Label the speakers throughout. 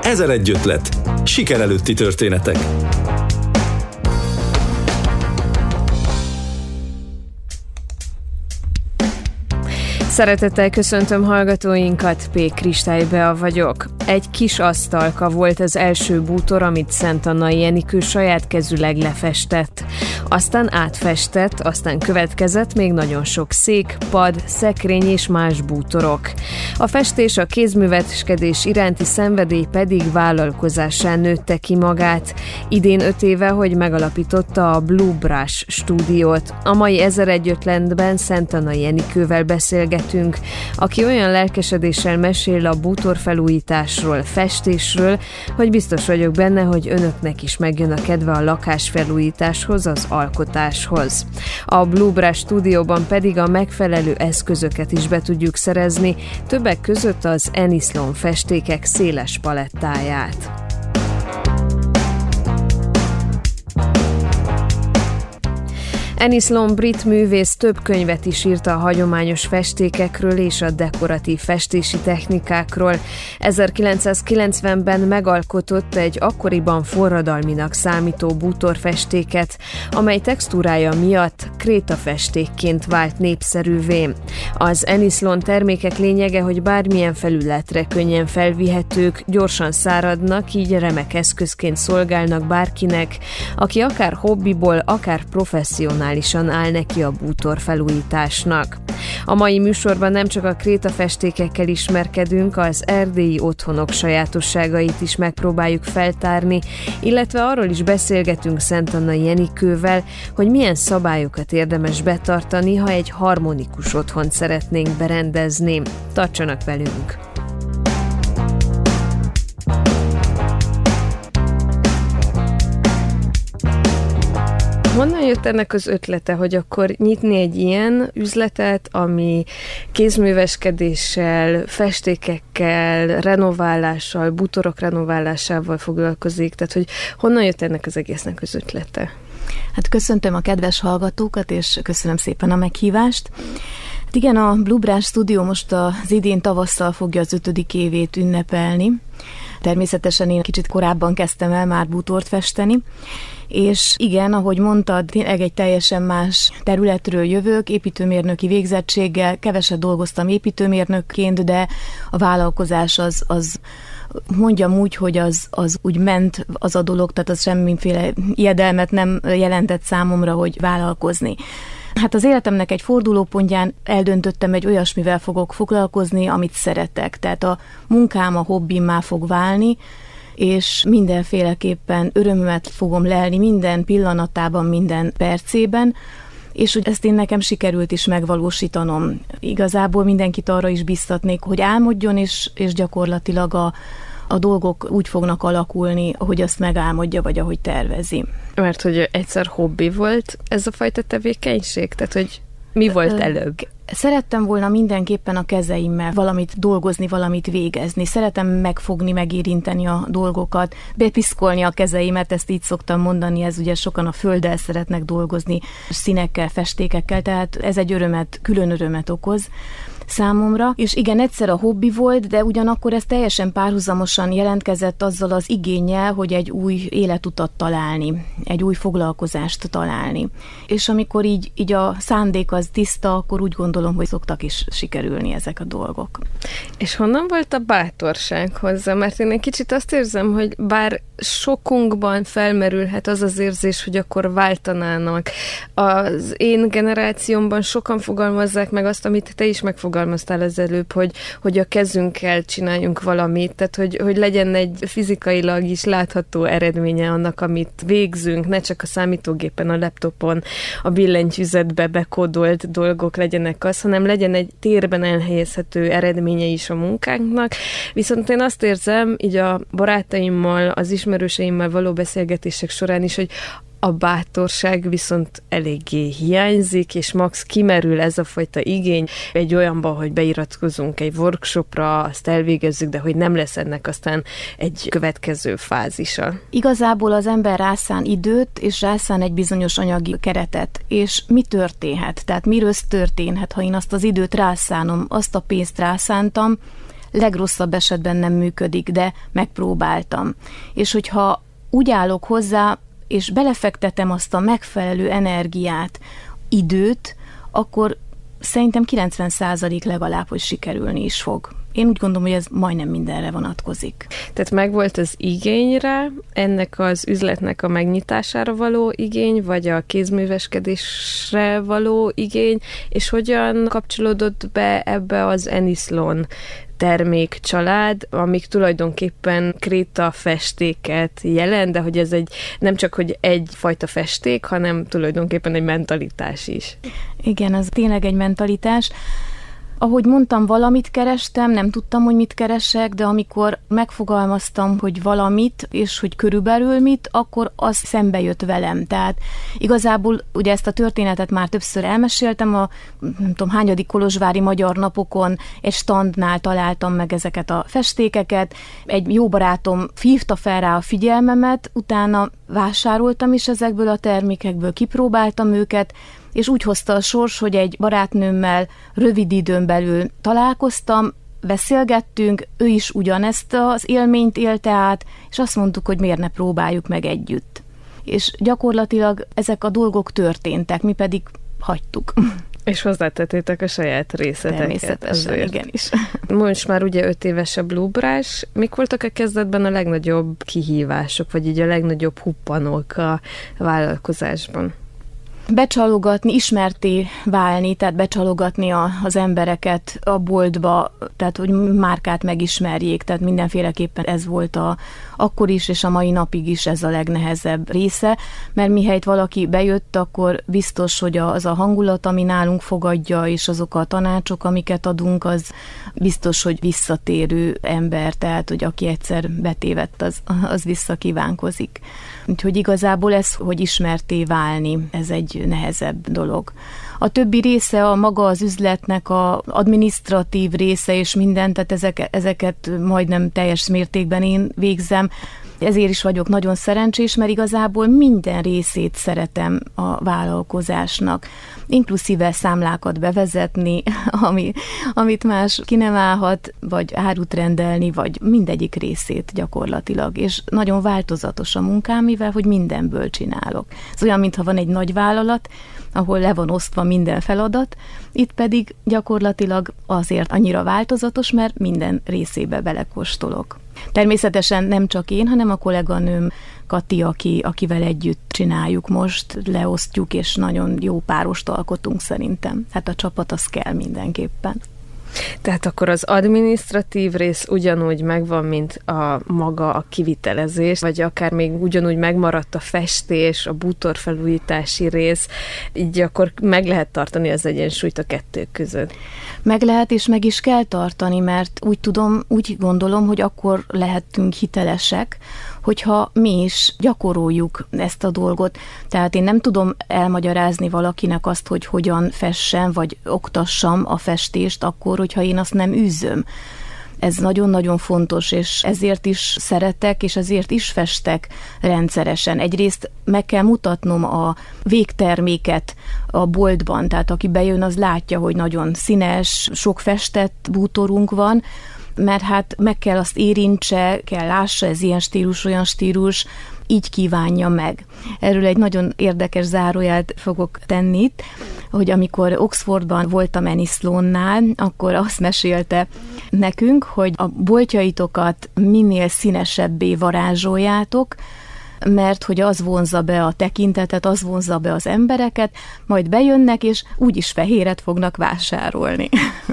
Speaker 1: 1001 ötlet. Siker előtti történetek.
Speaker 2: Szeretettel köszöntöm hallgatóinkat, P. Kristály Bea vagyok. Egy kis asztalka volt az első bútor, amit Szentannai Enikő saját kezüleg lefestett. Aztán átfestett, aztán következett még nagyon sok szék, pad, szekrény és más bútorok. A festés, a kézműveskedés iránti szenvedély pedig vállalkozássá nőtte ki magát. Idén 5 éve, hogy megalapította a Blue Brush stúdiót. A mai 1001 ötletben Szentannai Enikővel beszélgetünk, aki olyan lelkesedéssel mesél a bútorfelújításról, festésről, hogy biztos vagyok benne, hogy önöknek is megjön a kedve a lakásfelújításhoz, az alkotáshoz. A Blue Brush stúdióban pedig a megfelelő eszközöket is be tudjuk szerezni, többek között az Enislom festékek széles palettáját. Enislom brit művész több könyvet is írt a hagyományos festékekről és a dekoratív festési technikákról. 1990-ben megalkotott egy akkoriban forradalminak számító bútorfestéket, amely textúrája miatt krétafestékként vált népszerűvé. Az Enislom termékek lényege, hogy bármilyen felületre könnyen felvihetők, gyorsan száradnak, így remek eszközként szolgálnak bárkinek, aki akár hobbiból, akár professzionálisan áll neki a bútor felújításnak. A mai műsorban nem csak a krétafestékekkel ismerkedünk, az erdélyi otthonok sajátosságait is megpróbáljuk feltárni, illetve arról is beszélgetünk Szentannai Enikővel, hogy milyen szabályokat érdemes betartani, ha egy harmonikus otthont szeretnénk berendezni. Tartsanak velünk! Honnan jött ennek az ötlete, hogy akkor nyitni egy ilyen üzletet, ami kézműveskedéssel, festékekkel, renoválással, bútorok renoválásával foglalkozik? Tehát, hogy honnan jött ennek az egésznek az ötlete?
Speaker 3: Hát köszöntöm a kedves hallgatókat, és köszönöm szépen a meghívást. Hát igen, a Blue Brush Studio most az idén tavasszal fogja az 5. évét ünnepelni. Természetesen én kicsit korábban kezdtem el már bútort festeni, és igen, ahogy mondtad, tényleg egy teljesen más területről jövök, építőmérnöki végzettséggel, keveset dolgoztam építőmérnökként, de a vállalkozás az mondjam úgy, hogy az úgy ment az a dolog, tehát az semmiféle ijedelmet nem jelentett számomra, hogy vállalkozni. Hát az életemnek egy fordulópontján eldöntöttem, hogy olyasmivel fogok foglalkozni, amit szeretek. Tehát a munkám, a hobbimmá fog válni, és mindenféleképpen örömömet fogom lelni minden pillanatában, minden percében, és hogy ezt nekem sikerült is megvalósítanom. Igazából mindenkit arra is biztatnék, hogy álmodjon, és gyakorlatilag a dolgok úgy fognak alakulni, ahogy azt megálmodja, vagy ahogy tervezi.
Speaker 2: Mert hogy egyszer hobbi volt ez a fajta tevékenység? Tehát, hogy mi volt előbb?
Speaker 3: Szerettem volna mindenképpen a kezeimmel valamit dolgozni, valamit végezni. Szeretem megfogni, megérinteni a dolgokat, bepiszkolni a kezeimet, ezt így szoktam mondani, ez ugye sokan a földdel szeretnek dolgozni, színekkel, festékekkel, tehát ez egy külön örömet okoz számomra. És igen, egyszer a hobbi volt, de ugyanakkor ez teljesen párhuzamosan jelentkezett azzal az igénnyel, hogy egy új életutat találni, egy új foglalkozást találni. És amikor így a szándék az tiszta, akkor úgy gondolom, hogy szoktak is sikerülni ezek a dolgok.
Speaker 2: És honnan volt a bátorság hozzá? Mert én egy kicsit azt érzem, hogy bár sokunkban felmerülhet az az érzés, hogy akkor váltanának. Az én generációmban sokan fogalmazzák meg azt, amit te is megfogalmaztál az előbb, hogy a kezünkkel csináljunk valamit, tehát hogy legyen egy fizikailag is látható eredménye annak, amit végzünk, ne csak a számítógépen, a laptopon, a billentyűzetbe bekódolt dolgok legyenek az, hanem legyen egy térben elhelyezhető eredménye is a munkánknak. Viszont én azt érzem, így a barátaimmal, az ismerőseimmel való beszélgetések során is, hogy a bátorság viszont eléggé hiányzik, és max kimerül ez a fajta igény egy olyanban, hogy beiratkozunk egy workshopra, azt elvégezzük, de hogy nem lesz ennek aztán egy következő fázisa.
Speaker 3: Igazából az ember rászán időt, és rászán egy bizonyos anyagi keretet. És mi történhet? Tehát miről történhet, ha én azt az időt rászánom, azt a pénzt rászántam, legrosszabb esetben nem működik, de megpróbáltam. És hogyha úgy állok hozzá, és belefektetem azt a megfelelő energiát, időt, akkor szerintem 90% legalább, hogy sikerülni is fog. Én úgy gondolom, hogy ez majdnem mindenre vonatkozik.
Speaker 2: Tehát megvolt az igényre, ennek az üzletnek a megnyitására való igény, vagy a kézműveskedésre való igény, és hogyan kapcsolódott be ebbe az Enislon termékcsalád, amik tulajdonképpen kréta festéket jelent, de hogy ez nem csak hogy egyfajta festék, hanem tulajdonképpen egy mentalitás is.
Speaker 3: Igen, az tényleg egy mentalitás. Ahogy mondtam, valamit kerestem, nem tudtam, hogy mit keresek, de amikor megfogalmaztam, hogy valamit, és hogy körülbelül mit, akkor az szembe jött velem. Tehát igazából ugye ezt a történetet már többször elmeséltem, a nem tudom hányadik kolozsvári magyar napokon egy standnál találtam meg ezeket a festékeket, egy jó barátom hívta fel rá a figyelmemet, utána vásároltam is ezekből a termékekből, kipróbáltam őket, és úgy hozta a sors, hogy egy barátnőmmel rövid időn belül találkoztam, beszélgettünk, ő is ugyanezt az élményt élte át, és azt mondtuk, hogy miért ne próbáljuk meg együtt. És gyakorlatilag ezek a dolgok történtek, mi pedig hagytuk.
Speaker 2: És hozzátettétek a saját részleteket.
Speaker 3: Természetesen,
Speaker 2: azért.
Speaker 3: igenis.
Speaker 2: Most már ugye 5 éves a Bluebrás. Mik voltak a kezdetben a legnagyobb kihívások, vagy így a legnagyobb huppanók a vállalkozásban?
Speaker 3: Becsalogatni, ismerté válni, tehát becsalogatni az embereket a boltba, tehát hogy márkát megismerjék, tehát mindenféleképpen ez volt akkor is, és a mai napig is ez a legnehezebb része, mert mihelyt valaki bejött, akkor biztos, hogy az a hangulat, ami nálunk fogadja, és azok a tanácsok, amiket adunk, az biztos, hogy visszatérő ember, tehát hogy aki egyszer betévedt, az visszakívánkozik. Úgyhogy igazából ez, hogy ismerté válni, ez egy nehezebb dolog. A többi része, a maga az üzletnek a adminisztratív része és minden, tehát ezeket majdnem teljes mértékben én végzem. Ezért is vagyok nagyon szerencsés, mert igazából minden részét szeretem a vállalkozásnak. Inkluszíve számlákat bevezetni, amit más ki nem állhat, vagy árut rendelni, vagy mindegyik részét gyakorlatilag. És nagyon változatos a munkám, mivel hogy mindenből csinálok. Ez olyan, mintha van egy nagy vállalat, ahol le van osztva minden feladat, itt pedig gyakorlatilag azért annyira változatos, mert minden részébe belekóstolok. Természetesen nem csak én, hanem a kolléganőm Kati, akivel együtt csináljuk most, leosztjuk, és nagyon jó párost alkotunk szerintem. Hát a csapat az kell mindenképpen.
Speaker 2: Tehát akkor az adminisztratív rész ugyanúgy megvan, mint a maga a kivitelezés, vagy akár még ugyanúgy megmaradt a festés, a bútorfelújítási rész, így akkor meg lehet tartani az egyensúlyt a kettő között.
Speaker 3: Meg lehet, és meg is kell tartani, mert úgy gondolom, hogy akkor lehetünk hitelesek, hogyha mi is gyakoroljuk ezt a dolgot. Tehát én nem tudom elmagyarázni valakinek azt, hogy hogyan fessen, vagy oktassam a festést akkor, hogyha én azt nem űzöm. Ez nagyon-nagyon fontos, és ezért is szeretek, és ezért is festek rendszeresen. Egyrészt meg kell mutatnom a végterméket a boltban, tehát aki bejön, az látja, hogy nagyon színes, sok festett bútorunk van, mert hát meg kell azt érintse, kell lássa, ez ilyen stílus, olyan stílus, így kívánja meg. Erről egy nagyon érdekes zárójelt fogok tenni itt, hogy amikor Oxfordban voltam Enislonnál, akkor azt mesélte nekünk, hogy a boltjaitokat minél színesebbé varázsoljátok, mert hogy az vonzza be a tekintetet, az vonzza be az embereket, majd bejönnek, és úgyis fehéret fognak vásárolni.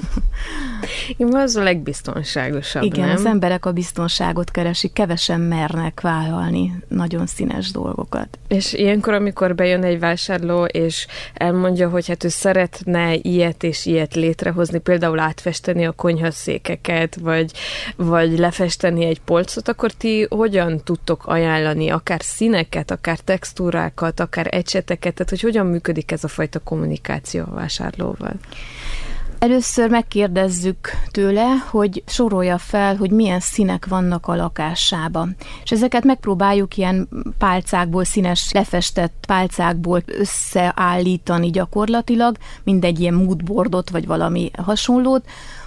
Speaker 2: Az a legbiztonságosabb,
Speaker 3: igen,
Speaker 2: nem?
Speaker 3: Az emberek a biztonságot keresik, kevesen mernek vállalni nagyon színes dolgokat.
Speaker 2: És ilyenkor, amikor bejön egy vásárló, és elmondja, hogy hát ő szeretne ilyet és ilyet létrehozni, például átfesteni a konyhaszékeket, vagy lefesteni egy polcot, akkor ti hogyan tudtok ajánlani akár színeket, akár textúrákat, akár ecseteket, tehát hogy hogyan működik ez a fajta kommunikáció a vásárlóval?
Speaker 3: Először megkérdezzük tőle, hogy sorolja fel, hogy milyen színek vannak a lakásában. És ezeket megpróbáljuk ilyen pálcákból, színes lefestett pálcákból összeállítani gyakorlatilag, mindegy ilyen moodboardot vagy valami hasonlót,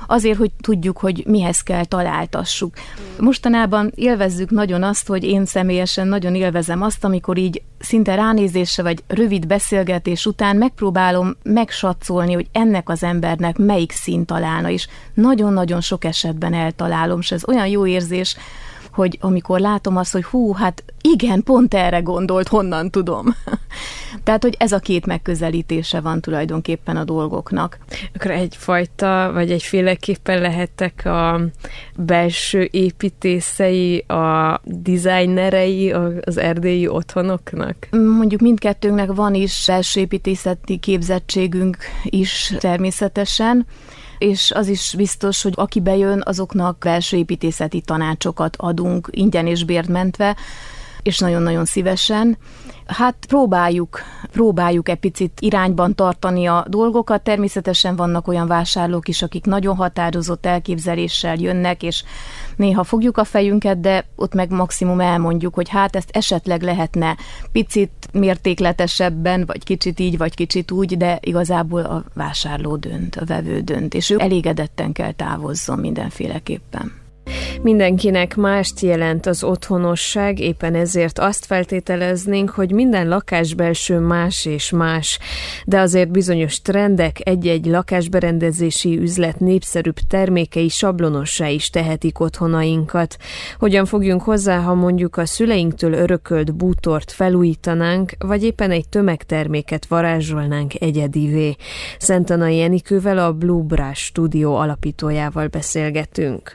Speaker 3: azért, hogy tudjuk, hogy mihez kell találtassuk. Mostanában élvezzük nagyon azt, hogy én személyesen nagyon élvezem azt, amikor így szinte ránézésre vagy rövid beszélgetés után megpróbálom megsatszolni, hogy ennek az embernek melyik szín találna, és nagyon-nagyon sok esetben eltalálom, és ez olyan jó érzés, hogy amikor látom azt, hogy hát igen, pont erre gondolt, honnan tudom. Tehát, hogy ez a két megközelítése van tulajdonképpen a dolgoknak.
Speaker 2: Akkor egyfajta, vagy egyféleképpen lehettek a belső építészei, a designerei az erdélyi otthonoknak?
Speaker 3: Mondjuk mindkettőnknek van is belső építészeti képzettségünk is természetesen, és az is biztos, hogy aki bejön, azoknak belső építészeti tanácsokat adunk ingyen és bért mentve, és nagyon-nagyon szívesen. Hát próbáljuk egy picit irányban tartani a dolgokat. Természetesen vannak olyan vásárlók is, akik nagyon határozott elképzeléssel jönnek, és néha fogjuk a fejünket, de ott meg maximum elmondjuk, hogy hát ezt esetleg lehetne picit mértékletesebben, vagy kicsit így, vagy kicsit úgy, de igazából a vásárló dönt, a vevő dönt, és ő elégedetten kell távozzon mindenféleképpen.
Speaker 2: Mindenkinek mást jelent az otthonosság, éppen ezért azt feltételeznénk, hogy minden lakásbelső más és más, de azért bizonyos trendek egy-egy lakásberendezési üzlet népszerűbb termékei sablonossá is tehetik otthonainkat. Hogyan fogjunk hozzá, ha mondjuk a szüleinktől örökölt bútort felújítanánk, vagy éppen egy tömegterméket varázsolnánk egyedivé? Szentanay Enikővel, a Blue Brush stúdió alapítójával beszélgetünk.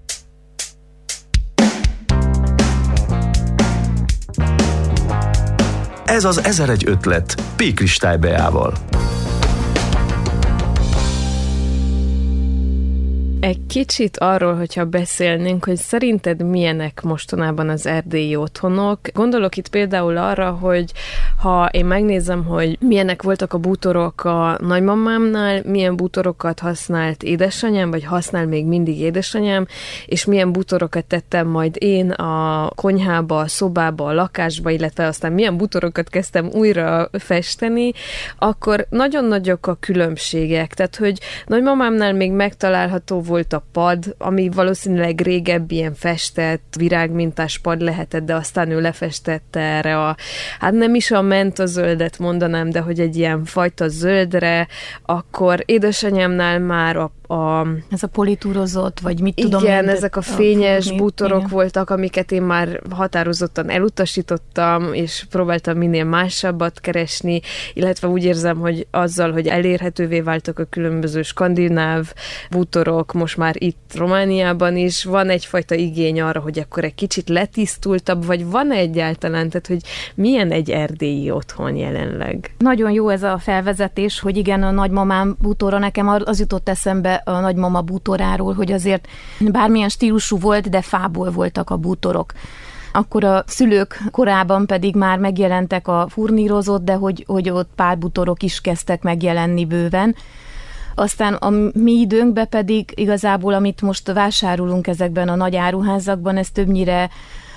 Speaker 1: Ez az 1001 ötlet P. Kristály Beával.
Speaker 2: Egy kicsit arról, hogyha beszélnénk, hogy szerinted milyenek mostanában az erdélyi otthonok. Gondolok itt például arra, hogy ha én megnézem, hogy milyenek voltak a bútorok a nagymamámnál, milyen bútorokat használt édesanyám, vagy használ még mindig édesanyám, és milyen bútorokat tettem majd én a konyhába, a szobába, a lakásba, illetve aztán milyen bútorokat kezdtem újra festeni, akkor nagyon nagyok a különbségek. Tehát, hogy nagymamámnál még megtalálható volt a pad, ami valószínűleg régebb ilyen festett, virágmintás pad lehetett, de aztán ő lefestette erre hát nem is a mentazöldet mondanám, de hogy egy ilyen fajta zöldre, akkor édesanyámnál már
Speaker 3: ez a politúrozott, vagy mit tudom.
Speaker 2: Igen, ezek a fényes bútorok voltak, amiket én már határozottan elutasítottam, és próbáltam minél másabbat keresni, illetve úgy érzem, hogy azzal, hogy elérhetővé váltak a különböző skandináv bútorok, most már itt Romániában is van egyfajta igény arra, hogy akkor egy kicsit letisztultabb, vagy van egyáltalán, tehát hogy milyen egy erdélyi otthon jelenleg?
Speaker 3: Nagyon jó ez a felvezetés, hogy igen, a nagymamám bútora, nekem az jutott eszembe a nagymama bútoráról, hogy azért bármilyen stílusú volt, de fából voltak a bútorok. Akkor a szülők korában pedig már megjelentek a furnírozott, de hogy ott pálbútorok is kezdtek megjelenni bőven. Aztán a mi időnkben pedig igazából, amit most vásárolunk ezekben a nagy áruházakban, ez többnyire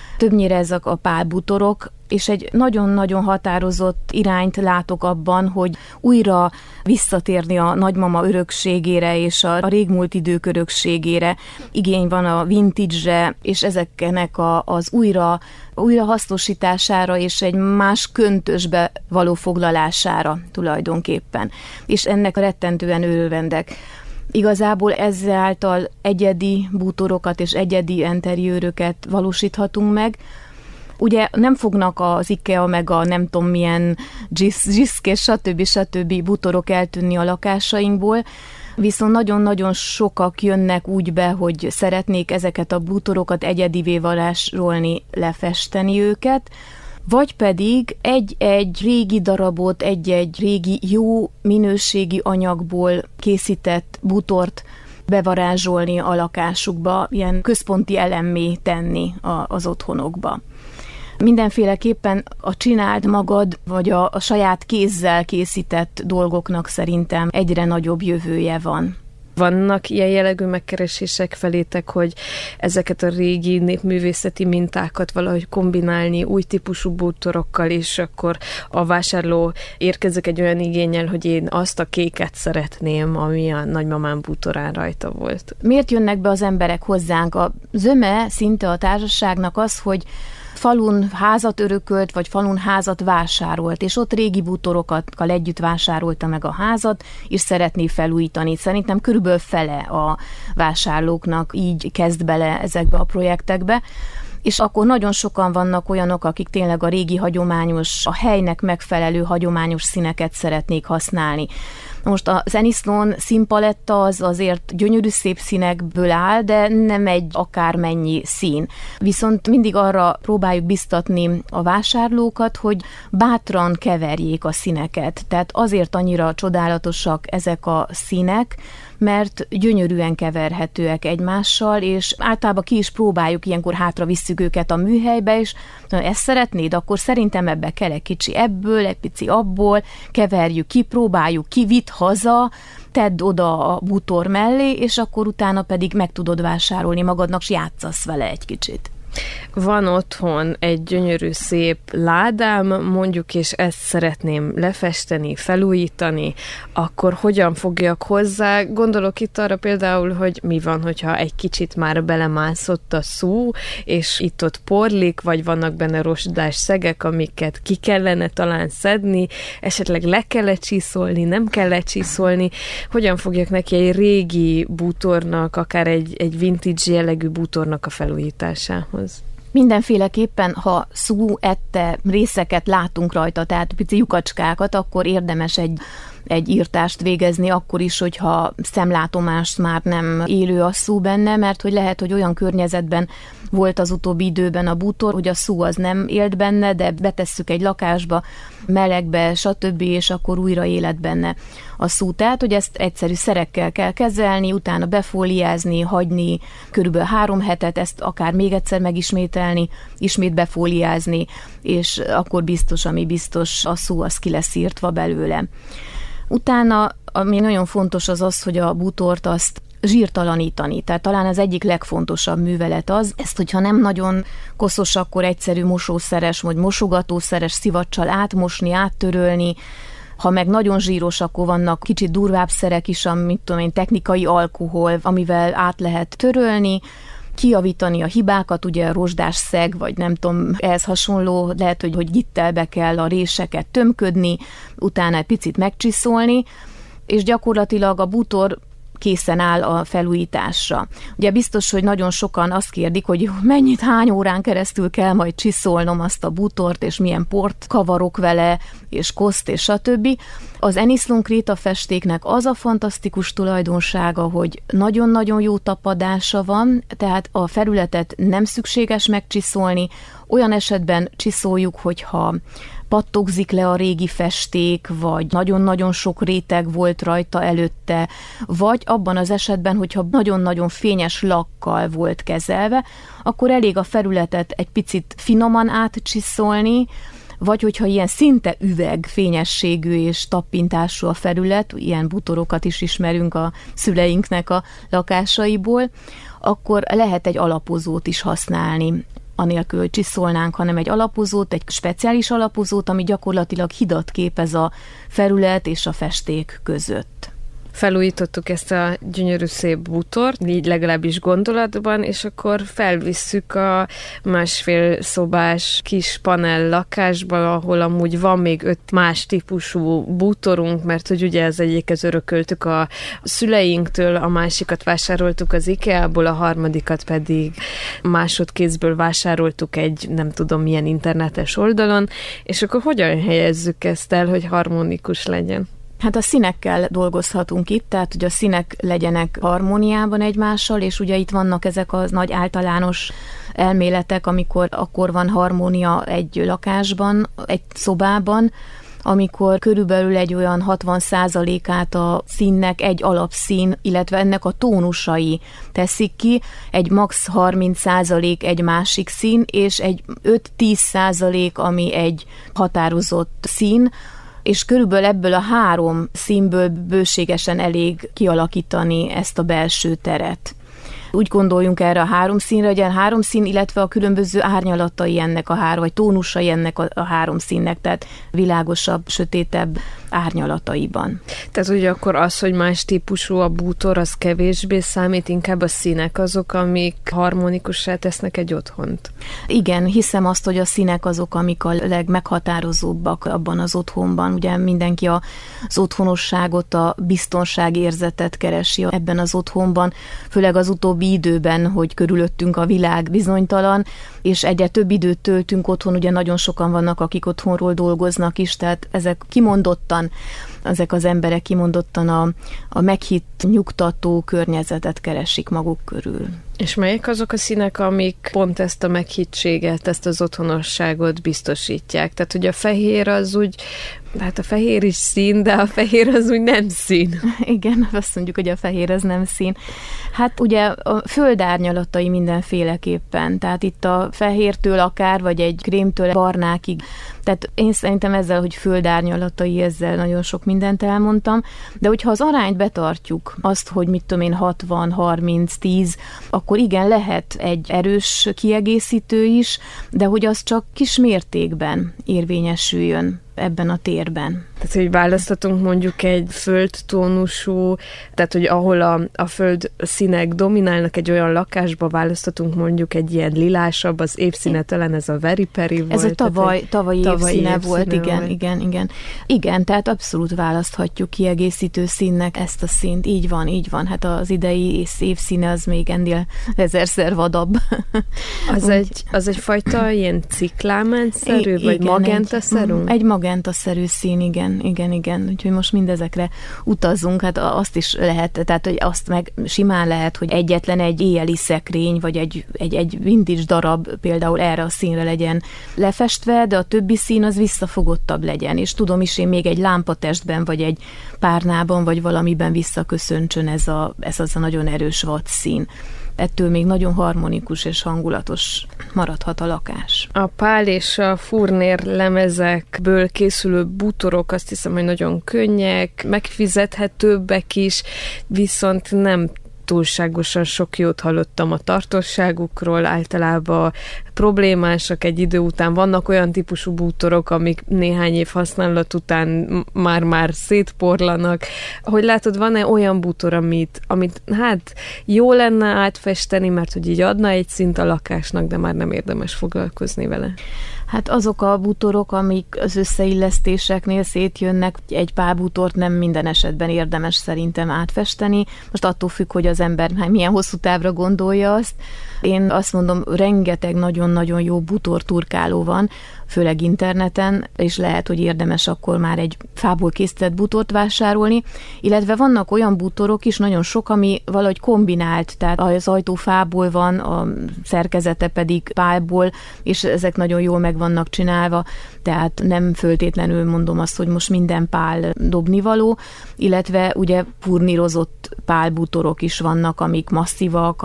Speaker 3: ezek a pálbútorok, és egy nagyon-nagyon határozott irányt látok abban, hogy újra visszatérni a nagymama örökségére és a régmúlt idők örökségére. Igény van a vintage-re, és ezeknek az újra hasznosítására és egy más köntösbe való foglalására tulajdonképpen. És ennek rettentően örvendek. Igazából ezáltal egyedi bútorokat és egyedi enteriőröket valósíthatunk meg. Ugye nem fognak az IKEA meg a nem tudom milyen Gisk és stb. Bútorok eltűnni a lakásainkból, viszont nagyon-nagyon sokak jönnek úgy be, hogy szeretnék ezeket a bútorokat egyedivé varázsolni, lefesteni őket, vagy pedig egy régi darabot, egy régi jó minőségi anyagból készített bútort bevarázsolni a lakásukba, ilyen központi elemmé tenni az otthonokba. Mindenféleképpen a csináld magad, vagy a saját kézzel készített dolgoknak szerintem egyre nagyobb jövője van.
Speaker 2: Vannak ilyen jellegű megkeresések felétek, hogy ezeket a régi népművészeti mintákat valahogy kombinálni új típusú bútorokkal, és akkor a vásárló érkezik egy olyan igénnyel, hogy én azt a kéket szeretném, ami a nagymamám bútorán rajta volt.
Speaker 3: Miért jönnek be az emberek hozzánk? A zöme szinte a társaságnak az, hogy falun házat örökölt, vagy falun házat vásárolt, és ott régi bútorokkal együtt vásárolta meg a házat, és szeretné felújítani. Szerintem körülbelül fele a vásárlóknak így kezd bele ezekbe a projektekbe. És akkor nagyon sokan vannak olyanok, akik tényleg a régi hagyományos, a helynek megfelelő hagyományos színeket szeretnék használni. Most a Zeniszlón színpaletta az azért gyönyörű szép színekből áll, de nem egy akármennyi szín. Viszont mindig arra próbáljuk biztatni a vásárlókat, hogy bátran keverjék a színeket. Tehát azért annyira csodálatosak ezek a színek, mert gyönyörűen keverhetőek egymással, és általában ki is próbáljuk, ilyenkor hátra visszük őket a műhelybe, és ezt szeretnéd, akkor szerintem ebbe kell egy kicsi ebből, egy pici abból, keverjük ki, próbáljuk ki, vidd haza, tedd oda a bútor mellé, és akkor utána pedig meg tudod vásárolni magadnak, és játszasz vele egy kicsit.
Speaker 2: Van otthon egy gyönyörű szép ládám, mondjuk, és ezt szeretném lefesteni, felújítani, akkor hogyan fogjak hozzá? Gondolok itt arra például, hogy mi van, hogyha egy kicsit már belemászott a szú, és itt-ott porlik, vagy vannak benne rozsdás szegek, amiket ki kellene talán szedni, esetleg le kell lecsiszolni, nem kell lecsiszolni. Hogyan fogjak neki egy régi bútornak, akár egy vintage jellegű bútornak a felújításához?
Speaker 3: Mindenféleképpen, ha szú ette részeket látunk rajta, tehát pici lyukacskákat, akkor érdemes egy írtást végezni, akkor is, hogyha szemlátomást már nem élő a szú benne, mert hogy lehet, hogy olyan környezetben volt az utóbbi időben a bútor, hogy a szú az nem élt benne, de betesszük egy lakásba, melegbe, stb., és akkor újra élet benne a szú. Tehát, hogy ezt egyszerű szerekkel kell kezelni, utána befóliázni, hagyni körülbelül 3 hetet, ezt akár még egyszer megismételni, ismét befóliázni, és akkor biztos, ami biztos, a szú az ki lesz írtva belőle. Utána, ami nagyon fontos az az, hogy a bútort azt zsírtalanítani. Tehát talán az egyik legfontosabb művelet az, ezt, hogyha nem nagyon koszos, akkor egyszerű mosószeres vagy mosogatószeres szivacsal átmosni, áttörölni. Ha meg nagyon zsíros, akkor vannak kicsit durvább szerek is, amit tudom én, technikai alkohol, amivel át lehet törölni, kijavítani a hibákat, ugye rozsdás szeg, vagy nem tudom, ehhez hasonló, lehet, hogy gittelbe kell a réseket tömködni, utána egy picit megcsiszolni, és gyakorlatilag a bútor készen áll a felújításra. Ugye biztos, hogy nagyon sokan azt kérdik, hogy hány órán keresztül kell majd csiszolnom azt a bútort, és milyen port kavarok vele, és koszt, és stb. Az Enislón krétafestéknek az a fantasztikus tulajdonsága, hogy nagyon-nagyon jó tapadása van, tehát a felületet nem szükséges megcsiszolni, olyan esetben csiszoljuk, hogyha pattogzik le a régi festék, vagy nagyon-nagyon sok réteg volt rajta előtte, vagy abban az esetben, hogyha nagyon-nagyon fényes lakkal volt kezelve, akkor elég a felületet egy picit finoman átcsiszolni, vagy hogyha ilyen szinte üveg fényességű és tappintású a felület, ilyen bútorokat is ismerünk a szüleinknek a lakásaiból, akkor lehet egy alapozót is használni, anélkül, hogy csiszolnánk, hanem egy alapozót, egy speciális alapozót, ami gyakorlatilag hidat képez a felület és a festék között.
Speaker 2: Felújítottuk ezt a gyönyörű szép bútort, így legalábbis gondolatban, és akkor felvisszük a 1,5 szobás kis panel lakásba, ahol amúgy van még 5 más típusú bútorunk, mert hogy ugye az egyiket örököltük a szüleinktől, a másikat vásároltuk az IKEA-ból, a harmadikat pedig másodkézből vásároltuk egy nem tudom milyen internetes oldalon, és akkor hogyan helyezzük ezt el, hogy harmonikus legyen?
Speaker 3: Hát a színekkel dolgozhatunk itt, tehát hogy a színek legyenek harmóniában egymással, és ugye itt vannak ezek az nagy általános elméletek, amikor akkor van harmónia egy lakásban, egy szobában, amikor körülbelül egy olyan 60%-át a színnek egy alapszín, illetve ennek a tónusai teszik ki, egy max 30% egy másik szín, és egy 5-10%, ami egy határozott szín, és körülbelül ebből a 3 színből bőségesen elég kialakítani ezt a belső teret. Úgy gondoljunk erre a 3 színre, hogy a 3 szín, illetve a különböző árnyalatai ennek a 3, vagy tónusai ennek a 3 színnek, tehát világosabb, sötétebb árnyalataiban.
Speaker 2: Tehát ugye akkor az, hogy más típusú a bútor, az kevésbé számít, inkább a színek azok, amik harmonikussá tesznek egy otthont.
Speaker 3: Igen, hiszem azt, hogy a színek azok, amik a legmeghatározóbbak abban az otthonban. Ugye mindenki az otthonosságot, a biztonságérzetet keresi ebben az otthonban, főleg az utóbbi időben, hogy körülöttünk a világ bizonytalan, és egyre több időt töltünk otthon, ugye nagyon sokan vannak, akik otthonról dolgoznak is, tehát ezek az emberek kimondottan a meghitt, nyugtató környezetet keresik maguk körül.
Speaker 2: És melyek azok a színek, amik pont ezt a meghittséget, ezt az otthonosságot biztosítják? Tehát, hogy a fehér az úgy, hát a fehér is szín, de a fehér az úgy nem szín.
Speaker 3: Igen, azt mondjuk, hogy a fehér az nem szín. Hát ugye a földárnyalatai mindenféleképpen, tehát itt a fehértől akár, vagy egy krémtől barnákig. Tehát én szerintem ezzel, hogy földárnyalatai, ezzel nagyon sok mindent elmondtam, de hogyha az arányt betartjuk, azt, hogy mit tudom én, 60, 30, 10, akkor igen, lehet egy erős kiegészítő is, de hogy az csak kis mértékben érvényesüljön ebben a térben.
Speaker 2: Tehát, hogy választatunk mondjuk egy földtónusú, tehát, hogy ahol a föld színek dominálnak egy olyan lakásba, választatunk mondjuk egy ilyen lilásabb, az évszíne talán ez a Very Perry volt.
Speaker 3: Ez a tavalyi évszíne volt, igen. Igen, tehát abszolút választhatjuk kiegészítő színnek ezt a színt. Így van. Hát az idei évszíne az még ennél 1000-szer vadabb.
Speaker 2: Az egyfajta ilyen ciklámánszerű, vagy magentaszerű?
Speaker 3: Egy magentaszerű szín, igen. Úgyhogy most mindezekre utazunk, hát azt is lehet, tehát hogy azt meg simán lehet, hogy egyetlen egy éjjeli szekrény, vagy egy vintage darab például erre a színre legyen lefestve, de a többi szín az visszafogottabb legyen, és tudom is én még egy lámpatestben, vagy egy párnában, vagy valamiben visszaköszöntsön ez az a nagyon erős vad szín. Ettől még nagyon harmonikus és hangulatos maradhat a lakás.
Speaker 2: A pál és a furnér lemezekből készülő bútorok azt hiszem, hogy nagyon könnyek, megfizethetőbbek is, viszont nem túlságosan sok jót hallottam a tartóságukról, általában problémásak egy idő után. Vannak olyan típusú bútorok, amik néhány év használat után már szétporlanak. Ahogy látod, van-e olyan bútor, amit hát jó lenne átfesteni, mert hogy így adna egy szint a lakásnak, de már nem érdemes foglalkozni vele?
Speaker 3: Hát azok a bútorok, amik az összeillesztéseknél szétjönnek, egy pálbútort nem minden esetben érdemes szerintem átfesteni. Most attól függ, hogy az ember milyen hosszú távra gondolja azt. Én azt mondom, rengeteg nagyon-nagyon jó bútorturkáló van, főleg interneten, és lehet, hogy érdemes akkor már egy fából készített bútort vásárolni, illetve vannak olyan bútorok is, nagyon sok, ami valahogy kombinált, tehát az ajtó fából van, a szerkezete pedig pálból, és ezek nagyon jól meg vannak csinálva, tehát nem föltétlenül mondom azt, hogy most minden pál dobnivaló, illetve ugye furnírozott pálbútorok is vannak, amik masszívak,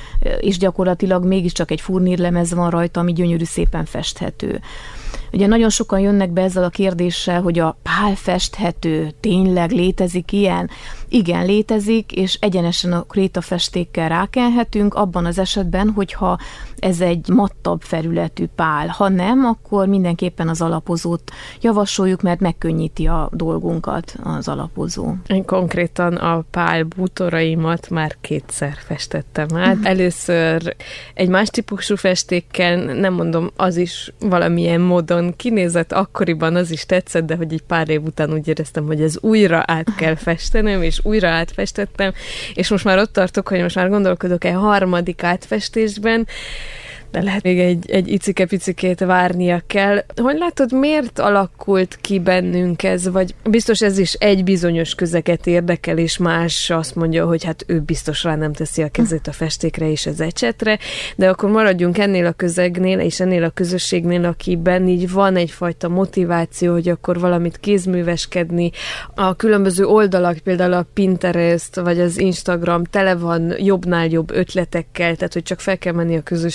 Speaker 3: és gyakorlatilag mégiscsak egy furnírlemez van rajta, ami gyönyörű szépen festhető. Ugye nagyon sokan jönnek be ezzel a kérdéssel, hogy a pál festhető, tényleg létezik ilyen? Igen, létezik, és egyenesen a krétafestékkel rákenhetünk, abban az esetben, hogyha ez egy mattabb felületű pál. Ha nem, akkor mindenképpen az alapozót javasoljuk, mert megkönnyíti a dolgunkat az alapozó.
Speaker 2: Én konkrétan a pál bútoraimat már 2-szer festettem át. Először egy más típusú festékkel, nem mondom, az is valamilyen módon kinézett, akkoriban az is tetszett, de hogy egy pár év után úgy éreztem, hogy ez újra át kell festenem, és újra átfestettem, és most már ott tartok, hogy most már gondolkodok egy harmadik átfestésben, de lehet még egy icike-picikét várnia kell. Hogy látod, miért alakult ki bennünk ez, vagy biztos ez is egy bizonyos közeget érdekel, és más azt mondja, hogy hát ő biztos rá nem teszi a kezét a festékre és az ecsetre, de akkor maradjunk ennél a közegnél, és ennél a közösségnél, akiben így van egyfajta motiváció, hogy akkor valamit kézműveskedni. A különböző oldalak, például a Pinterest, vagy az Instagram tele van jobbnál jobb ötletekkel, tehát hogy csak fel kell menni a közösségi médiára,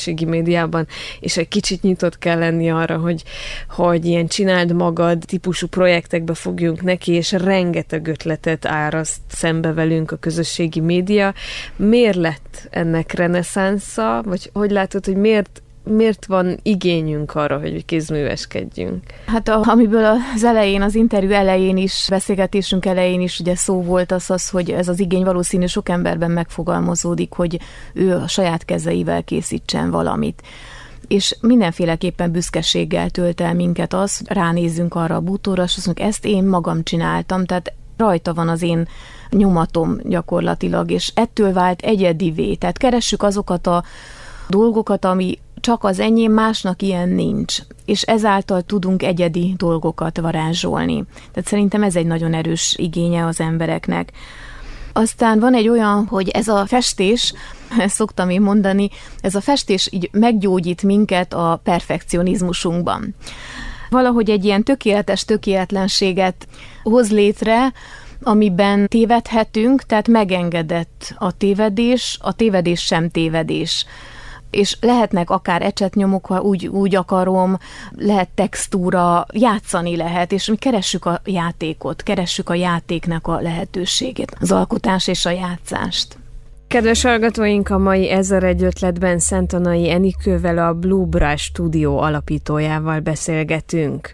Speaker 2: médiában, és egy kicsit nyitott kell lenni arra, hogy ilyen csináld magad típusú projektekbe fogjunk neki, és rengeteg ötletet áraszt szembe velünk a közösségi média. Miért lett ennek reneszánsza, vagy hogy látod, hogy miért van igényünk arra, hogy kézműveskedjünk?
Speaker 3: Hát amiből az elején, az interjú elején is, beszélgetésünk elején is ugye szó volt az, hogy ez az igény valószínű sok emberben megfogalmazódik, hogy ő a saját kezeivel készítsen valamit. És mindenféleképpen büszkeséggel tölt el minket az, ránézzünk arra a bútorra, és azt mondjuk, ezt én magam csináltam, tehát rajta van az én nyomatom gyakorlatilag, és ettől vált egyedivé. Tehát keressük azokat a dolgokat, ami csak az enyém, másnak ilyen nincs. És ezáltal tudunk egyedi dolgokat varázsolni. Tehát szerintem ez egy nagyon erős igénye az embereknek. Aztán van egy olyan, hogy ez a festés, ezt szoktam én mondani, ez a festés így meggyógyít minket a perfekcionizmusunkban. Valahogy egy ilyen tökéletes tökéletlenséget hoz létre, amiben tévedhetünk, tehát megengedett a tévedés sem tévedés. És lehetnek akár ecsetnyomok, ha úgy akarom, lehet textúra, játszani lehet, és mi keressük a játékot, keressük a játéknak a lehetőségét, az alkotás és a játszást.
Speaker 2: Kedves hallgatóink, a mai 1001 ötletben Szentanay Enikővel, a Blue Brush Studio alapítójával beszélgetünk.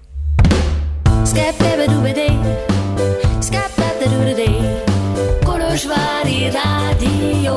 Speaker 2: Kolozsvári Rádió.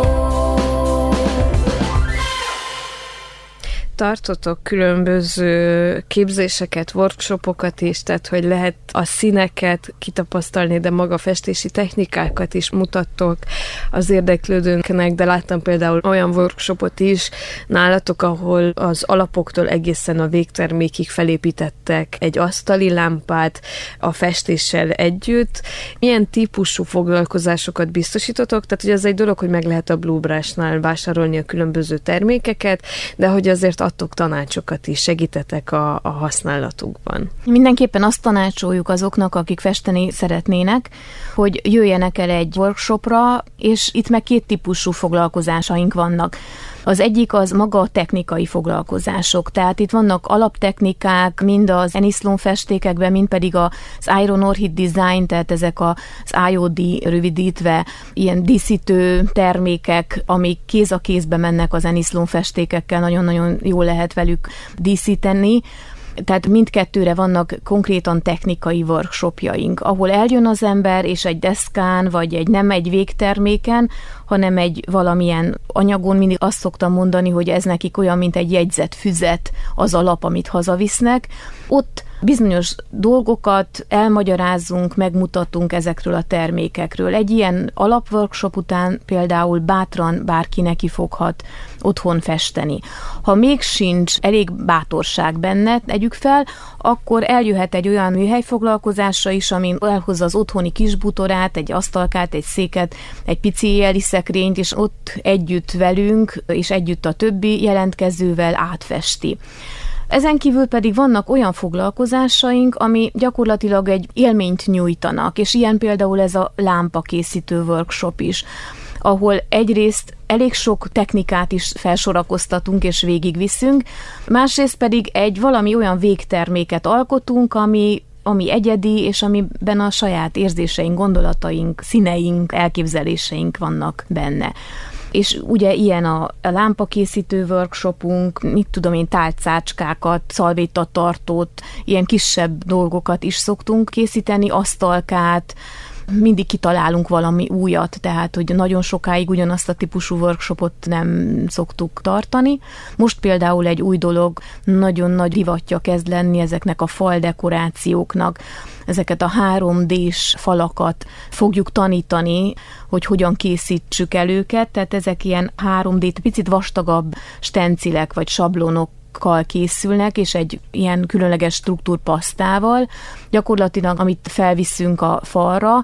Speaker 2: Tartotok különböző képzéseket, workshopokat is, tehát hogy lehet a színeket kitapasztalni, de maga festési technikákat is mutattok az érdeklődőnknek, de láttam például olyan workshopot is nálatok, ahol az alapoktól egészen a végtermékig felépítettek egy asztali lámpát a festéssel együtt. Milyen típusú foglalkozásokat biztosítotok? Tehát, hogy az egy dolog, hogy meg lehet a Blue Brush-nál vásárolni a különböző termékeket, de hogy azért adtok tanácsokat is, segítetek a használatukban.
Speaker 3: Mindenképpen azt tanácsoljuk azoknak, akik festeni szeretnének, hogy jöjjenek el egy workshopra, és itt meg két típusú foglalkozásaink vannak. Az egyik az maga a technikai foglalkozások, tehát itt vannak alaptechnikák, mind az Enislon festékekben, mind pedig az Iron Orchid Design, tehát ezek az IOD rövidítve, ilyen díszítő termékek, amik kéz a kézbe mennek az Enislon festékekkel, nagyon-nagyon jól lehet velük díszíteni. Tehát mindkettőre vannak konkrétan technikai workshopjaink, ahol eljön az ember, és egy deszkán, vagy nem egy végterméken, hanem egy valamilyen anyagon, mindig azt szoktam mondani, hogy ez nekik olyan, mint egy jegyzett füzet az alap, amit hazavisznek. Ott bizonyos dolgokat elmagyarázunk, megmutatunk ezekről a termékekről. Egy ilyen alapworkshop után például bátran bárki neki foghat otthon festeni. Ha még sincs elég bátorság benne, tegyük fel, akkor eljöhet egy olyan műhelyfoglalkozásra is, amin elhozza az otthoni kisbútorát, egy asztalkát, egy széket, egy pici éjjeli szekrényt, és ott együtt velünk, és együtt a többi jelentkezővel átfesti. Ezen kívül pedig vannak olyan foglalkozásaink, ami gyakorlatilag egy élményt nyújtanak, és ilyen például ez a lámpakészítő workshop is, ahol egyrészt elég sok technikát is felsorakoztatunk és végigviszünk, másrészt pedig valami olyan végterméket alkotunk, ami egyedi, és amiben a saját érzéseink, gondolataink, színeink, elképzeléseink vannak benne. És ugye ilyen a lámpakészítő workshopunk, mit tudom én, tálcácskákat, szalvétatartót, ilyen kisebb dolgokat is szoktunk készíteni, asztalkát, mindig kitalálunk valami újat, tehát hogy nagyon sokáig ugyanazt a típusú workshopot nem szoktuk tartani. Most például egy új dolog, nagyon nagy divatja kezd lenni ezeknek a faldekorációknak, ezeket a 3D-s falakat fogjuk tanítani, hogy hogyan készítsük el őket, tehát ezek ilyen 3D, picit vastagabb stencilek vagy sablonok készülnek, és egy ilyen különleges struktúrpasztával, gyakorlatilag amit felviszünk a falra,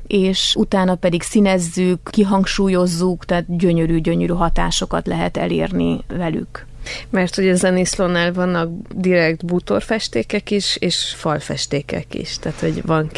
Speaker 3: és utána pedig színezzük, kihangsúlyozzuk, tehát gyönyörű hatásokat lehet elérni velük.
Speaker 2: Mert ugye az Enislonnál vannak direkt bútorfestékek is, és falfestékek is, tehát hogy van két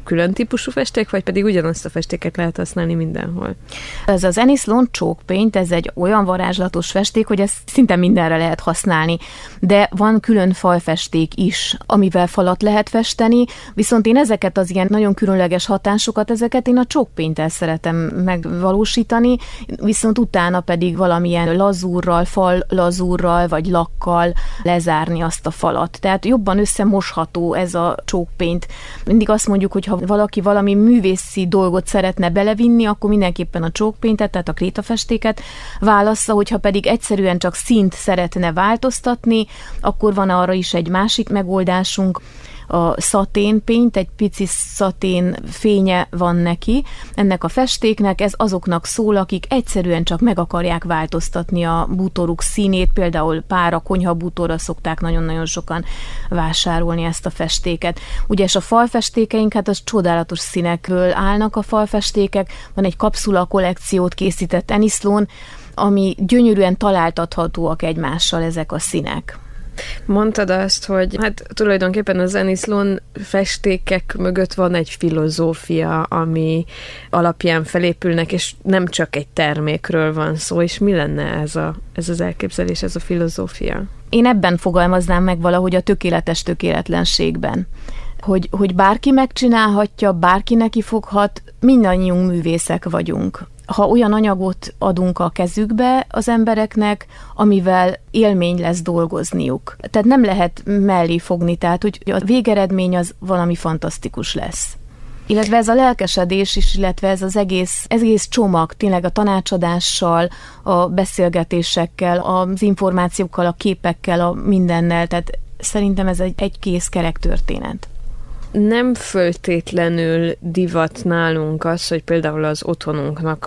Speaker 2: külön típusú festék, vagy pedig ugyanazt a festéket lehet használni mindenhol?
Speaker 3: Ez az Ennis Lone Chalk Paint, ez egy olyan varázslatos festék, hogy ezt szinte mindenre lehet használni, de van külön falfesték is, amivel falat lehet festeni, viszont én ezeket az ilyen nagyon különleges hatásokat, ezeket én a chalk painttel szeretem megvalósítani, viszont utána pedig valamilyen lazúrral, fal lazúrral vagy lakkal lezárni azt a falat. Tehát jobban összemosható ez a chalk paint. Mindig azt mondjuk, hogy ha valaki valami művészi dolgot szeretne belevinni, akkor mindenképpen a chalk paintet, tehát a krétafestéket válassza, hogyha pedig egyszerűen csak színt szeretne változtatni, akkor van arra is egy másik megoldásunk, a szatén paint, egy pici szatén fénye van neki. Ennek a festéknek ez azoknak szól, akik egyszerűen csak meg akarják változtatni a bútoruk színét, például pára, konyhabútorra szokták nagyon-nagyon sokan vásárolni ezt a festéket. Ugye és a falfestékeink, hát az csodálatos színekről állnak a falfestékek, van egy kapszula kollekciót készített Ennis Lone, ami gyönyörűen találtathatóak egymással ezek a színek.
Speaker 2: Mondtad azt, hogy hát tulajdonképpen az Ennis Lone festékek mögött van egy filozófia, ami alapján felépülnek, és nem csak egy termékről van szó, és mi lenne ez az elképzelés, ez a filozófia?
Speaker 3: Én ebben fogalmaznám meg valahogy a tökéletes tökéletlenségben. Hogy bárki megcsinálhatja, bárki neki foghat, mindannyiunk művészek vagyunk. Ha olyan anyagot adunk a kezükbe az embereknek, amivel élmény lesz dolgozniuk. Tehát nem lehet mellé fogni, tehát hogy a végeredmény az valami fantasztikus lesz. Illetve ez a lelkesedés is, illetve ez az egész csomag, tényleg a tanácsadással, a beszélgetésekkel, az információkkal, a képekkel, a mindennel, tehát szerintem ez egy kész kerek történet.
Speaker 2: Nem föltétlenül divat nálunk az, hogy például az otthonunknak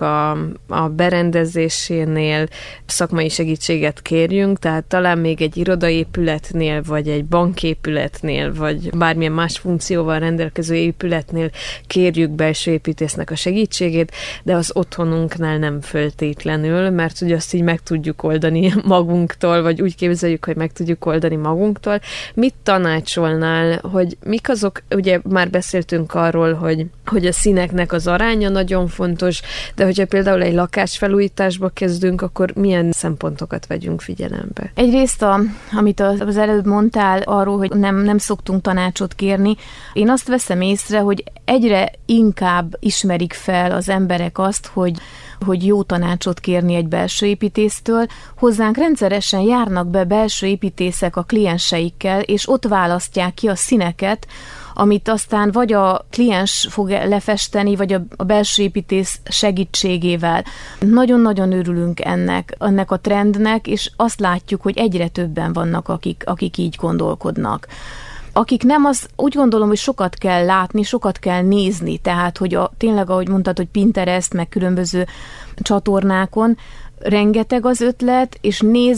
Speaker 2: a berendezésénél szakmai segítséget kérjünk, tehát talán még egy irodaépületnél, vagy egy banképületnél, vagy bármilyen más funkcióval rendelkező épületnél kérjük belső építésznek a segítségét, de az otthonunknál nem föltétlenül, mert ugye azt így meg tudjuk oldani magunktól, vagy úgy képzeljük, hogy meg tudjuk oldani magunktól. Mit tanácsolnál, hogy mik azok, ugye már beszéltünk arról, hogy a színeknek az aránya nagyon fontos, de hogyha például egy lakásfelújításba kezdünk, akkor milyen szempontokat vegyünk figyelembe?
Speaker 3: Egyrészt, amit az előbb mondtál arról, hogy nem szoktunk tanácsot kérni, én azt veszem észre, hogy egyre inkább ismerik fel az emberek azt, hogy jó tanácsot kérni egy belső építésztől. Hozzánk rendszeresen járnak be belső építészek a klienseikkel, és ott választják ki a színeket, amit aztán vagy a kliens fog lefesteni, vagy a belső építész segítségével. Nagyon-nagyon örülünk ennek a trendnek, és azt látjuk, hogy egyre többen vannak, akik így gondolkodnak. Akik nem, az úgy gondolom, hogy sokat kell látni, sokat kell nézni, tehát, hogy tényleg, ahogy mondtad, hogy Pinterest, meg különböző csatornákon, rengeteg az ötlet, és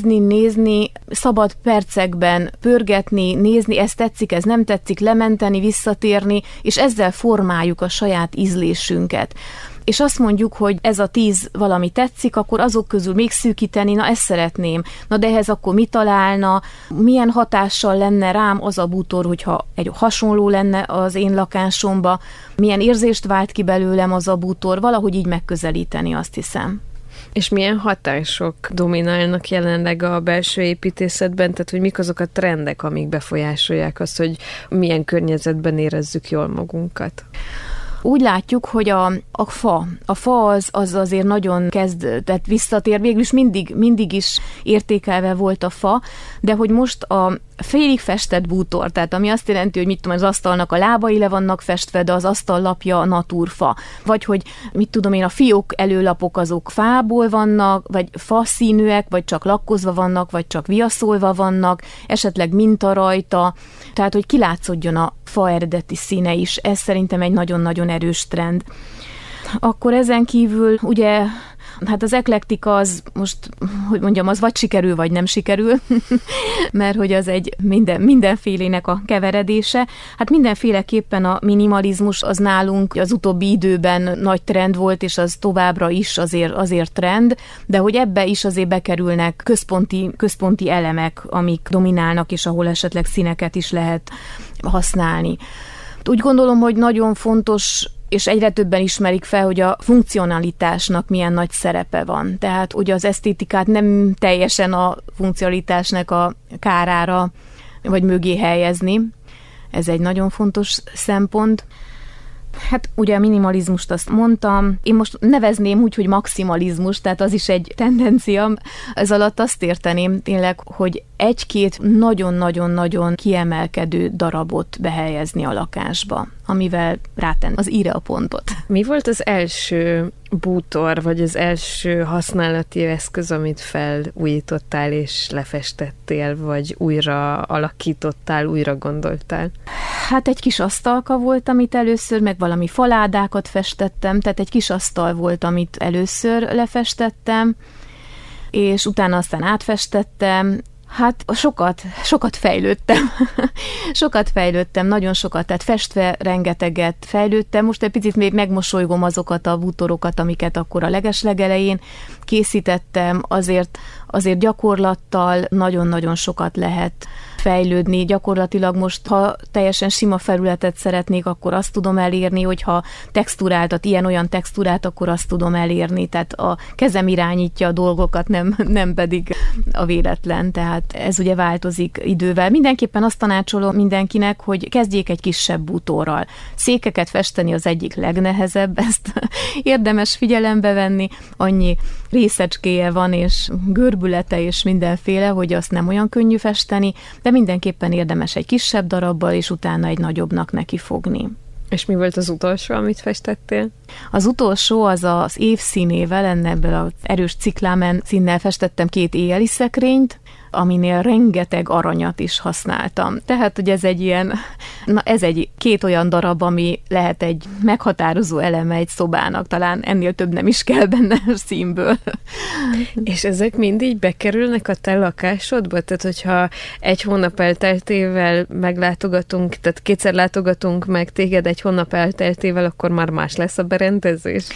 Speaker 3: nézni, szabad percekben pörgetni, nézni, ez tetszik, ez nem tetszik, lementeni, visszatérni, és ezzel formáljuk a saját ízlésünket. És azt mondjuk, hogy ez a 10 valami tetszik, akkor azok közül még szűkíteni, na ezt szeretném. Na de ehhez akkor mi találna, milyen hatással lenne rám az a bútor, hogyha egy hasonló lenne az én lakásomba, milyen érzést vált ki belőlem az a bútor, valahogy így megközelíteni, azt hiszem.
Speaker 2: És milyen hatások dominálnak jelenleg a belső építészetben, tehát hogy mik azok a trendek, amik befolyásolják azt, hogy milyen környezetben érezzük jól magunkat?
Speaker 3: Úgy látjuk, hogy a fa az azért nagyon tehát visszatér, végülis mindig is értékelve volt a fa, de hogy most a félig festett bútor, tehát ami azt jelenti, hogy az asztalnak a lábai le vannak festve, de az asztallapja a naturfa. Vagy hogy a fiók előlapok azok fából vannak, vagy faszínűek, vagy csak lakkozva vannak, vagy csak viaszolva vannak, esetleg minta rajta, tehát hogy kilátszódjon a fa eredeti színe is. Ez szerintem egy nagyon-nagyon erős trend. Akkor ezen kívül ugye hát az eklektika az most, hogy mondjam, az vagy sikerül, vagy nem sikerül, mert hogy az egy mindenfélének a keveredése. Hát mindenféleképpen a minimalizmus az nálunk az utóbbi időben nagy trend volt, és az továbbra is azért trend, de hogy ebbe is azért bekerülnek központi elemek, amik dominálnak, és ahol esetleg színeket is lehet használni. Úgy gondolom, hogy nagyon fontos, és egyre többen ismerik fel, hogy a funkcionalitásnak milyen nagy szerepe van. Tehát ugye az esztétikát nem teljesen a funkcionalitásnak a kárára vagy mögé helyezni. Ez egy nagyon fontos szempont. Hát ugye a minimalizmust azt mondtam, én most nevezném úgy, hogy maximalizmus, tehát az is egy tendencia. Ez alatt azt érteném tényleg, hogy egy-két nagyon-nagyon-nagyon kiemelkedő darabot behelyezni a lakásba, amivel rátenni az íre a pontot.
Speaker 2: Mi volt az első bútor, vagy az első használati eszköz, amit felújítottál és lefestettél, vagy újra alakítottál, újra gondoltál?
Speaker 3: Hát egy kis asztalka volt, amit először, meg valami faládákat festettem, tehát egy kis asztal volt, amit először lefestettem, és utána aztán átfestettem. Hát sokat fejlődtem. Sokat fejlődtem, nagyon sokat, tehát festve rengeteget fejlődtem. Most egy picit még megmosolygom azokat a bútorokat, amiket akkor a legeslegelején készítettem, azért gyakorlattal nagyon-nagyon sokat lehet fejlődni. Gyakorlatilag most, ha teljesen sima felületet szeretnék, akkor azt tudom elérni, hogyha textúráltat, ilyen-olyan textúrát, akkor azt tudom elérni. Tehát a kezem irányítja a dolgokat, nem pedig a véletlen. Tehát ez ugye változik idővel. Mindenképpen azt tanácsolom mindenkinek, hogy kezdjék egy kisebb bútorral. Székeket festeni az egyik legnehezebb, ezt érdemes figyelembe venni. Annyi részecskéje van, és görbülete, és mindenféle, hogy azt nem olyan könnyű festeni, de mindenképpen érdemes egy kisebb darabbal, és utána egy nagyobbnak neki fogni.
Speaker 2: És mi volt az utolsó, amit festettél?
Speaker 3: Az utolsó az az év színével, ebből az erős ciklámen színnel festettem 2 éjjeli szekrényt, aminél rengeteg aranyat is használtam. Tehát, hogy ez egy 2 olyan darab, ami lehet egy meghatározó eleme egy szobának, talán ennél több nem is kell benne színből.
Speaker 2: És ezek mindig bekerülnek a te lakásodba? Tehát, hogyha 1 hónap elteltével meglátogatunk, tehát 2-szer látogatunk meg téged 1 hónap elteltével, akkor már más lesz a berendezés?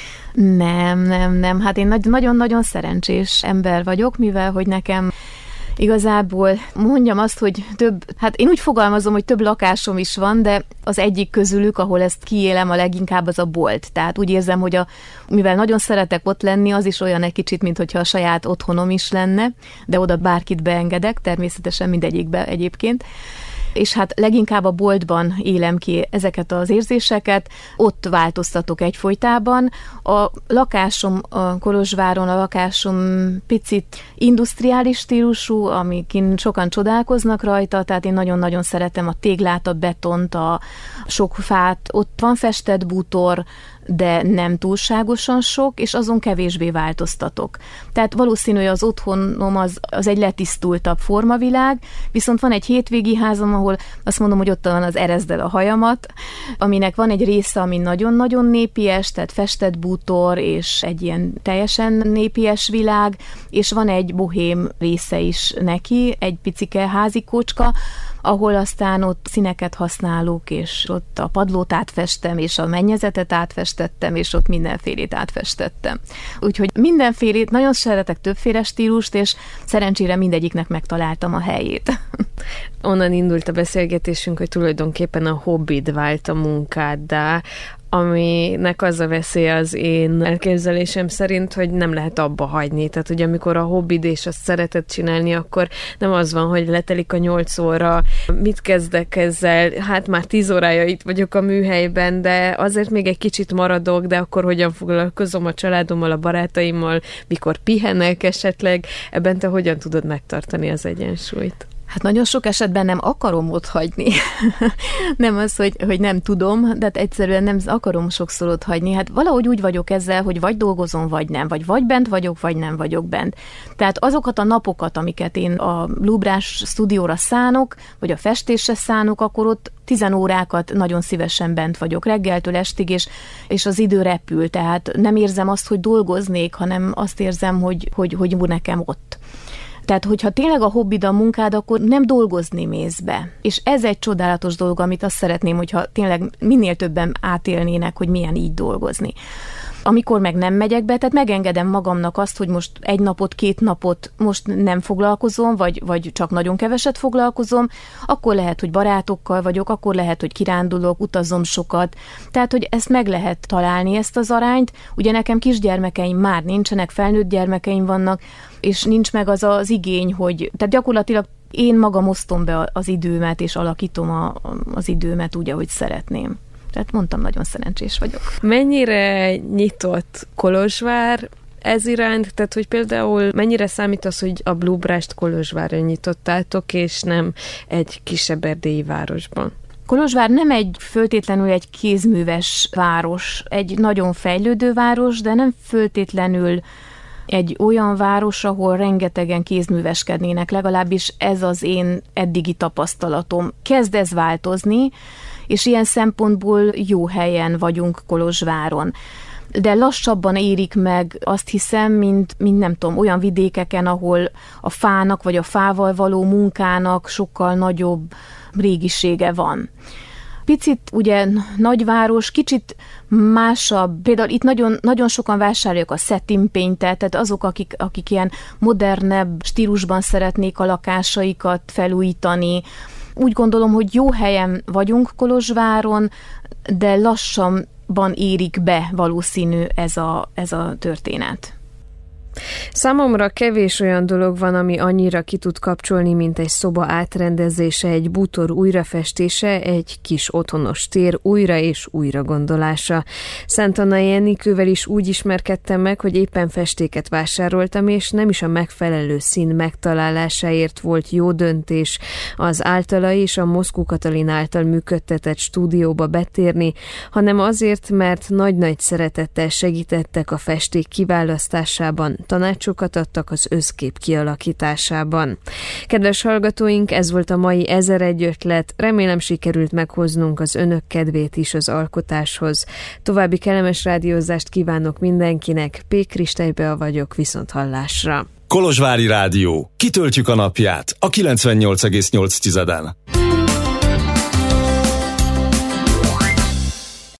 Speaker 3: Nem. Hát én nagyon-nagyon szerencsés ember vagyok, mivel hogy nekem igazából mondjam azt, hogy én úgy fogalmazom, hogy több lakásom is van, de az egyik közülük, ahol ezt kiélem a leginkább, az a bolt. Tehát úgy érzem, hogy mivel nagyon szeretek ott lenni, az is olyan egy kicsit, mint hogyha a saját otthonom is lenne, de oda bárkit beengedek, természetesen mindegyikbe egyébként. És hát leginkább a boltban élem ki ezeket az érzéseket, ott változtatok egyfolytában. A lakásom a Kolozsváron, a lakásom picit industriális stílusú, amikin sokan csodálkoznak rajta, tehát én nagyon-nagyon szeretem a téglát, a betont, a sok fát. Ott van festett bútor, de nem túlságosan sok, és azon kevésbé változtatok. Tehát valószínű, hogy az otthonom az egy letisztultabb formavilág, viszont van egy hétvégi házam, ahol azt mondom, hogy ott van az Ereszd el a hajamat, aminek van egy része, ami nagyon-nagyon népies, tehát festett bútor, és egy ilyen teljesen népies világ, és van egy bohém része is neki, egy picike házikócska, ahol aztán ott színeket használok, és ott a padlót átfestem, és a mennyezetet átfestettem, és ott mindenfélét átfestettem. Úgyhogy mindenfélét, nagyon szeretek többféle stílust, és szerencsére mindegyiknek megtaláltam a helyét.
Speaker 2: Onnan indult a beszélgetésünk, hogy tulajdonképpen a hobbid vált a munkáddá, aminek az a veszélye az én elképzelésem szerint, hogy nem lehet abba hagyni. Tehát, hogy amikor a hobbid és azt szereted csinálni, akkor nem az van, hogy letelik a 8 óra, mit kezdek ezzel, hát már 10 órája itt vagyok a műhelyben, de azért még egy kicsit maradok, de akkor hogyan foglalkozom a családommal, a barátaimmal, mikor pihenek esetleg, ebben te hogyan tudod megtartani az egyensúlyt?
Speaker 3: Hát nagyon sok esetben nem akarom otthagyni. Nem az, hogy nem tudom, de egyszerűen nem akarom sokszor otthagyni. Hát valahogy úgy vagyok ezzel, hogy vagy dolgozom, vagy nem. Vagy bent vagyok, vagy nem vagyok bent. Tehát azokat a napokat, amiket én a Bluebrass stúdióra szánok, vagy a festésre szánok, akkor ott 10 órákat nagyon szívesen bent vagyok reggeltől estig, és az idő repül. Tehát nem érzem azt, hogy dolgoznék, hanem azt érzem, hogy nekem ott. Tehát, hogyha tényleg a hobbid a munkád, akkor nem dolgozni mész be. És ez egy csodálatos dolog, amit azt szeretném, hogyha tényleg minél többen átélnének, hogy milyen így dolgozni. Amikor meg nem megyek be, tehát megengedem magamnak azt, hogy most 1 napot, 2 napot most nem foglalkozom, vagy csak nagyon keveset foglalkozom, akkor lehet, hogy barátokkal vagyok, akkor lehet, hogy kirándulok, utazom sokat. Tehát, hogy ezt meg lehet találni, ezt az arányt. Ugye nekem kisgyermekeim már nincsenek, felnőtt gyermekeim vannak, és nincs meg az igény, hogy... Tehát gyakorlatilag én magam osztom be az időmet, és alakítom az időmet úgy, ahogy szeretném. Tehát mondtam, nagyon szerencsés vagyok.
Speaker 2: Mennyire nyitott Kolozsvár ez iránt? Tehát, hogy például mennyire számít az, hogy a Bluebrust Kolozsvárra nyitottátok, és nem egy kisebb erdélyi városban?
Speaker 3: Kolozsvár nem föltétlenül egy kézműves város, egy nagyon fejlődő város, de nem föltétlenül egy olyan város, ahol rengetegen kézműveskednének, legalábbis ez az én eddigi tapasztalatom. Kezd ez változni, és ilyen szempontból jó helyen vagyunk Kolozsváron. De lassabban érik meg, azt hiszem, mint nem tudom, olyan vidékeken, ahol a fának vagy a fával való munkának sokkal nagyobb régisége van. Picit ugye nagyváros, kicsit másabb, például itt nagyon, nagyon sokan vásárolják a settingpaintet, tehát azok, akik ilyen modernebb stílusban szeretnék a lakásaikat felújítani. Úgy gondolom, hogy jó helyen vagyunk Kolozsváron, de lassanban érik be valószínű ez a történet.
Speaker 2: Számomra kevés olyan dolog van, ami annyira ki tud kapcsolni, mint egy szoba átrendezése, egy bútor újrafestése, egy kis otthonos tér újra és újra gondolása. Szentannai Enikővel is úgy ismerkedtem meg, hogy éppen festéket vásároltam, és nem is a megfelelő szín megtalálásáért volt jó döntés az általa és a Moszkó Katalin által működtetett stúdióba betérni, hanem azért, mert nagy-nagy szeretettel segítettek a festék kiválasztásában, tanácsokat adtak az összkép kialakításában. Kedves hallgatóink, ez volt a mai 1001 ötlet. Remélem sikerült meghoznunk az önök kedvét is az alkotáshoz. További kellemes rádiózást kívánok mindenkinek. P. Kristály Bea vagyok, viszonthallásra.
Speaker 1: Kolozsvári Rádió. Kitöltjük a napját a 98,8-en.